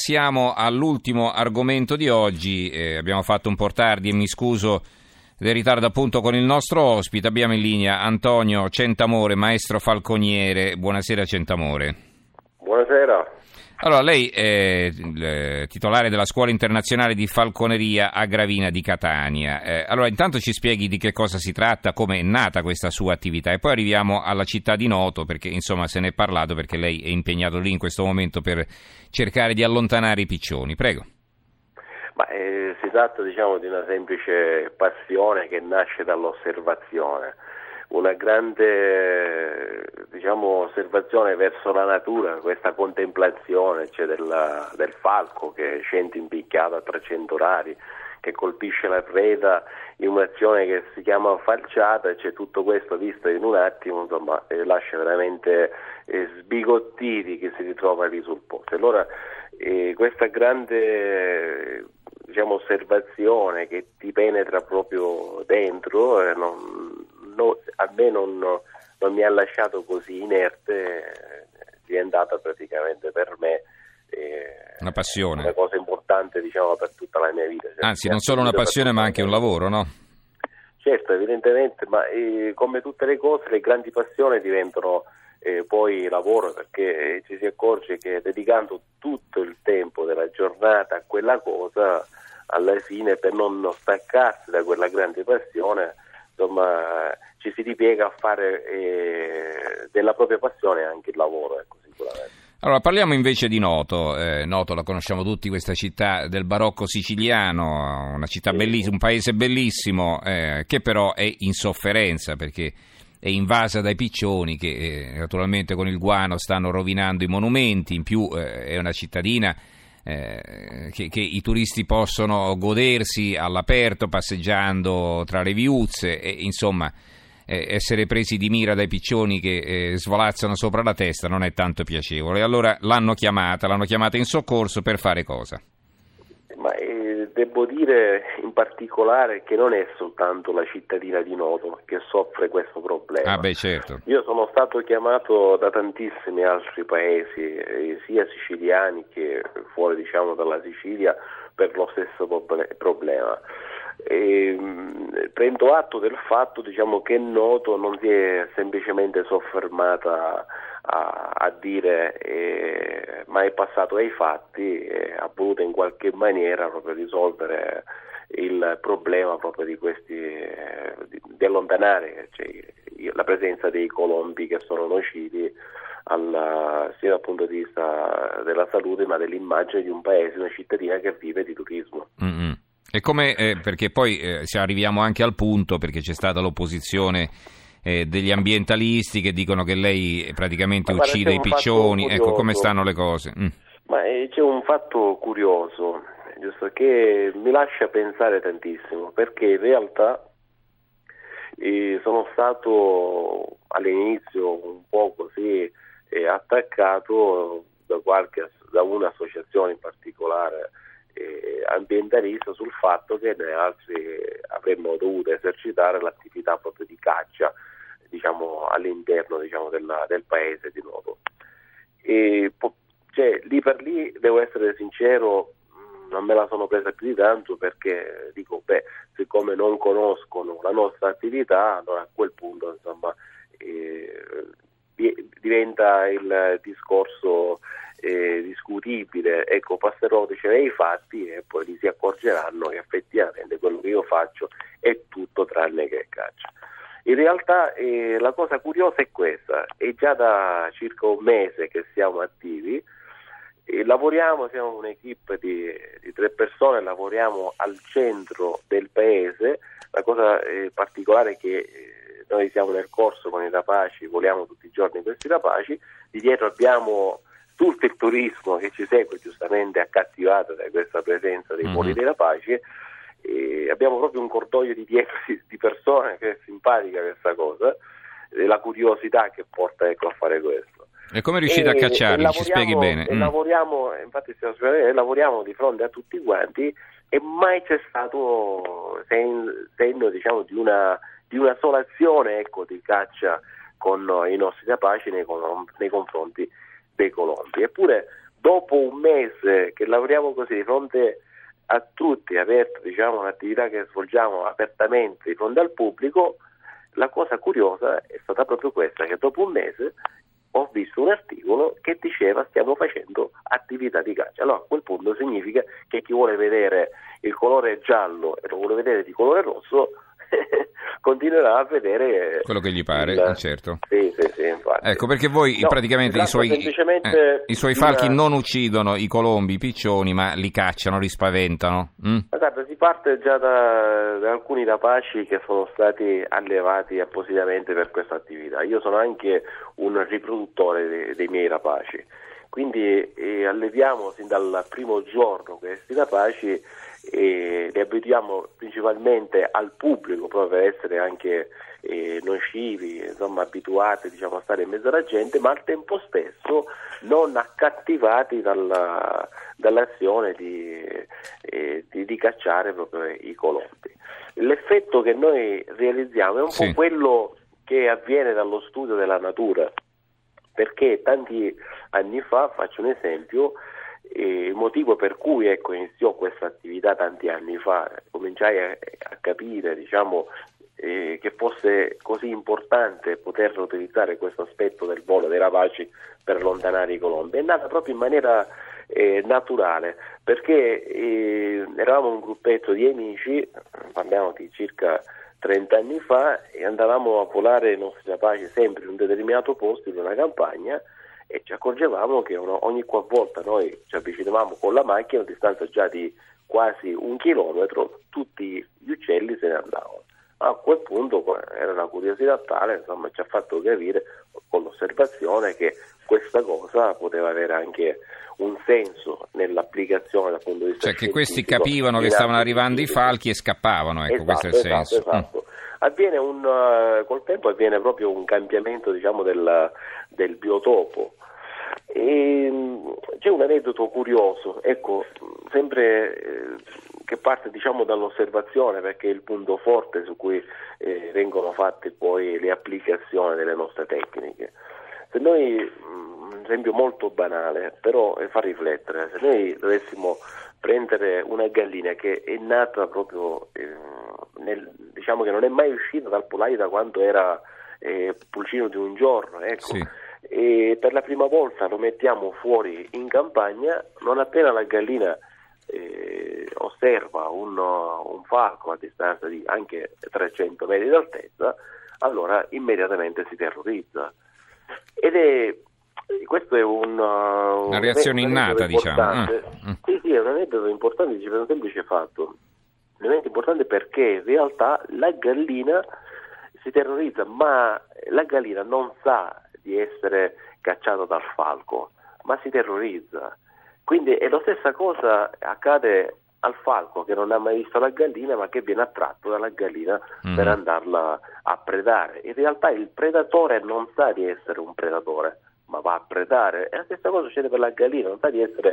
passiamo all'ultimo argomento di oggi. Abbiamo fatto un po' tardi e mi scuso del ritardo appunto con il nostro ospite. Abbiamo in linea Antonio Centamore, maestro falconiere. Buonasera Centamore. Buonasera. Allora, lei è il titolare della Scuola Internazionale di Falconeria a Gravina di Catania. Allora, intanto ci spieghi di che cosa si tratta, come è nata questa sua attività e poi arriviamo alla città di Noto, perché insomma se ne è parlato, perché lei è impegnato lì in questo momento per cercare di allontanare i piccioni. Prego. Si tratta di una semplice passione che nasce dall'osservazione. Una grande osservazione verso la natura, questa contemplazione del falco che scende impiccato a 300 orari, che colpisce la preda in un'azione che si chiama falciata, e c'è tutto questo visto in un attimo, lascia veramente sbigottiti chi si ritrova lì sul posto. Allora questa grande osservazione che ti penetra proprio dentro, a me non mi ha lasciato così inerte, è diventata praticamente per me una passione, una cosa importante per tutta la mia vita. Anzi, non solo una passione ma anche un lavoro, no? Certo, evidentemente, ma come tutte le cose, le grandi passioni diventano poi lavoro, perché ci si accorge che dedicando tutto il tempo della giornata a quella cosa, alla fine, per non staccarsi da quella grande passione, ci si ripiega a fare della propria passione anche il lavoro, sicuramente. Allora, parliamo invece di Noto. Noto la conosciamo tutti, questa città del barocco siciliano, una città bellissima, un paese bellissimo, che però è in sofferenza perché è invasa dai piccioni che naturalmente con il guano stanno rovinando i monumenti. In più è una cittadina che i turisti possono godersi all'aperto passeggiando tra le viuzze e insomma essere presi di mira dai piccioni che svolazzano sopra la testa non è tanto piacevole. Allora l'hanno chiamata in soccorso per fare cosa? Ma devo dire in particolare che non è soltanto la cittadina di Noto che soffre questo problema. Ah beh, certo. Io sono stato chiamato da tantissimi altri paesi, sia siciliani che fuori dalla Sicilia, per lo stesso problema. Prendo atto del fatto che Noto non si è semplicemente soffermata a dire, ma è passato ai fatti e ha voluto in qualche maniera proprio risolvere il problema proprio di questi, di allontanare la presenza dei colombi che sono nocivi sia dal punto di vista della salute ma dell'immagine di un paese, una cittadina che vive di turismo. Mm-hmm. E come perché poi arriviamo anche al punto, perché c'è stata l'opposizione degli ambientalisti che dicono che lei praticamente uccide i piccioni. Ecco, come stanno le cose? Ma c'è un fatto curioso, giusto, che mi lascia pensare tantissimo, perché in realtà sono stato all'inizio un po' così attaccato da un'associazione in particolare ambientalista sul fatto che noi altri avremmo dovuto esercitare l'attività proprio di caccia all'interno del paese di Noto. Lì per lì, devo essere sincero, non me la sono presa più di tanto, perché dico, siccome non conoscono la nostra attività, allora a quel punto diventa il discorso discutibile. Ecco, passerò ai fatti e poi li si accorgeranno che effettivamente quello che io faccio è tutto tranne che caccia. In realtà la cosa curiosa è questa: è già da circa un mese che siamo attivi, siamo un'equipe di 3 persone, lavoriamo al centro del paese. La cosa particolare è che noi siamo nel corso con i rapaci, voliamo tutti i giorni questi rapaci, di dietro abbiamo tutto il turismo che ci segue, giustamente accattivato da questa presenza dei voli dei rapaci, e abbiamo proprio un cordoglio di dietro di persone, che è simpatica questa cosa, la curiosità che porta a fare questo. E come riuscite a cacciarli? Ci spieghi bene? Lavoriamo di fronte a tutti quanti e mai c'è stato segno di una sola azione di caccia con i nostri rapaci nei confronti dei colombi. Eppure dopo un mese che lavoriamo così di fronte a tutti, aperto, diciamo, un'attività che svolgiamo apertamente di fronte al pubblico, la cosa curiosa è stata proprio questa, che dopo un mese ho visto un articolo che diceva stiamo facendo attività di caccia. Allora a quel punto significa che chi vuole vedere il colore giallo e lo vuole vedere di colore rosso continuerà a vedere quello che gli pare, certo. Sì, infatti. Ecco, perché voi praticamente i suoi falchi non uccidono i colombi, i piccioni, ma li cacciano, li spaventano. Ma guarda, si parte già da alcuni rapaci che sono stati allevati appositamente per questa attività. Io sono anche un riproduttore dei miei rapaci, quindi alleviamo sin dal primo giorno questi rapaci e li abituiamo principalmente al pubblico proprio per essere anche nocivi, insomma abituati, diciamo, a stare in mezzo alla gente, ma al tempo stesso non accattivati dall'azione di cacciare proprio i colombi. L'effetto che noi realizziamo è un po' quello che avviene dallo studio della natura, perché tanti anni fa, faccio un esempio, il motivo per cui iniziò questa attività tanti anni fa, cominciai a capire, diciamo, che fosse così importante poter utilizzare questo aspetto del volo dei rapaci per allontanare i colombi. È nata proprio in maniera naturale, perché eravamo un gruppetto di amici, parliamo di circa 30 anni fa, e andavamo a volare i nostri rapaci sempre in un determinato posto in una campagna, e ci accorgevamo che ogni qualvolta noi ci avvicinavamo con la macchina, a distanza già di quasi 1 chilometro, tutti gli uccelli se ne andavano. A quel punto era una curiosità tale, insomma, ci ha fatto capire con l'osservazione che questa cosa poteva avere anche un senso nell'applicazione dal punto di vista che questi capivano che stavano arrivando i falchi e scappavano, ecco, questo è il senso. Esatto. Avviene col tempo avviene proprio un cambiamento, diciamo, del biotopo. E c'è un aneddoto curioso, ecco, sempre che parte, diciamo, dall'osservazione, perché è il punto forte su cui vengono fatte poi le applicazioni delle nostre tecniche. Se noi, un esempio molto banale, però fa riflettere, se noi dovessimo prendere una gallina che è nata proprio diciamo che non è mai uscita dal pollaio da quando era pulcino di un giorno, ecco. Sì. E per la prima volta lo mettiamo fuori in campagna, non appena la gallina osserva un falco a distanza di anche 300 metri d'altezza, allora immediatamente si terrorizza. Questo è una reazione innata, diciamo. Sì, è un aneddoto importante, dice, per un semplice fatto. Un aneddoto importante perché in realtà la gallina si terrorizza, ma la gallina non sa di essere cacciata dal falco, ma si terrorizza. Quindi è la stessa cosa accade al falco, che non ha mai visto la gallina, ma che viene attratto dalla gallina per andarla a predare. In realtà il predatore non sa di essere un predatore, ma va a predare. E la stessa cosa succede per la gallina, non sa di essere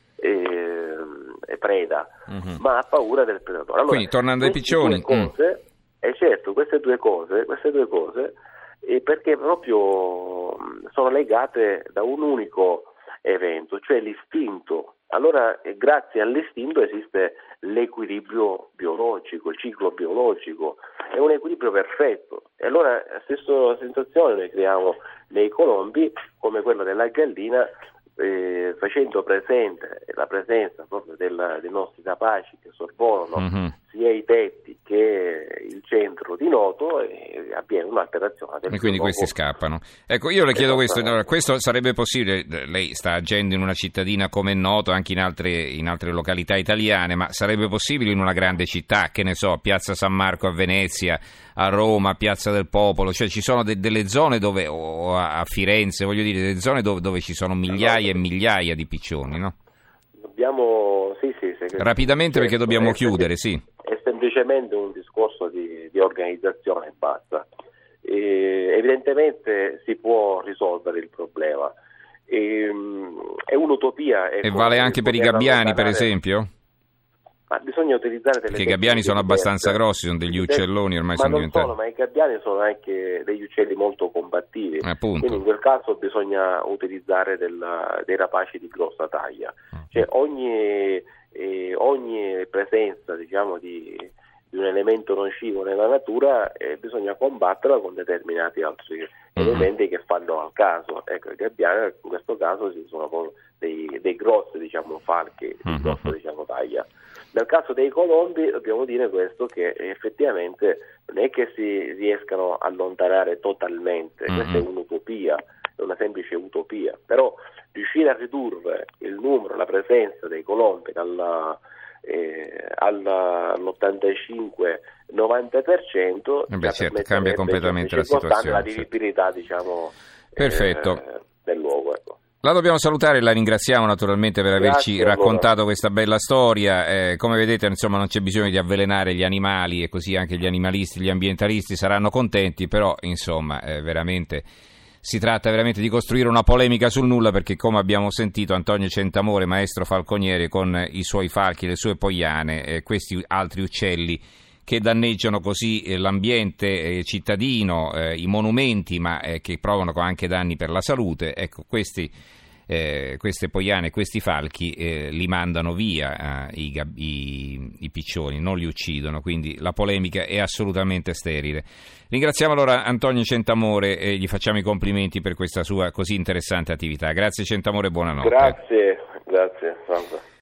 preda, ma ha paura del predatore. Allora, quindi tornando ai piccioni, certo, queste due cose perché proprio sono legate da un unico evento, cioè l'istinto. Allora, grazie all'istinto esiste l'equilibrio biologico, il ciclo biologico, è un equilibrio perfetto. E allora la stessa sensazione noi creiamo nei colombi, come quella della gallina, facendo presente la presenza proprio dei nostri rapaci che sorvolano sia i tetti che il centro di noto, e avviene un'alterazione del e quindi questi scappano. Ecco, io le chiedo questo: questo sarebbe possibile? Lei sta agendo in una cittadina come Noto, anche in altre località italiane, ma sarebbe possibile in una grande città, che ne so, Piazza San Marco a Venezia, a Roma, Piazza del Popolo, cioè ci sono delle zone dove, o a Firenze, voglio dire, delle zone dove ci sono migliaia e migliaia di piccioni, no? Dobbiamo, sì, rapidamente, perché dobbiamo chiudere, sì. È semplicemente un discorso di organizzazione e basta. Evidentemente si può risolvere il problema. È un'utopia. E vale anche per i gabbiani, per esempio? Ma bisogna utilizzare delle Perché i gabbiani sono abbastanza diverse. grossi, sono degli uccelloni, ormai sono non diventati... ma i gabbiani sono anche degli uccelli molto combattivi, Appunto. quindi in quel caso bisogna utilizzare dei rapaci di grossa taglia. Cioè ogni presenza, diciamo, di un elemento nocivo nella natura bisogna combatterla con determinati altri elementi che fanno al caso. Ecco, i gabbiani in questo caso sono dei grossi, diciamo, falchi di grossa, diciamo, taglia. Nel caso dei colombi dobbiamo dire questo, che effettivamente non è che si riescano a allontanare totalmente, questa è un'utopia, è una semplice utopia, però riuscire a ridurre il numero, la presenza dei colombi all'85-90%, certo, cambia completamente la situazione. La vivibilità, diciamo, perfetto, del luogo, ecco. La dobbiamo salutare, la ringraziamo naturalmente per averci raccontato questa bella storia. Come vedete, insomma, non c'è bisogno di avvelenare gli animali, e così anche gli animalisti, gli ambientalisti saranno contenti, però insomma veramente si tratta veramente di costruire una polemica sul nulla, perché come abbiamo sentito Antonio Centamore, maestro falconiere, con i suoi falchi, le sue poiane, questi altri uccelli che danneggiano così l'ambiente cittadino, i monumenti, ma che provano anche danni per la salute. Ecco, queste poiane, questi falchi li mandano via i piccioni, non li uccidono, quindi la polemica è assolutamente sterile. Ringraziamo allora Antonio Centamore e gli facciamo i complimenti per questa sua così interessante attività. Grazie Centamore, buonanotte. Grazie, Sandra.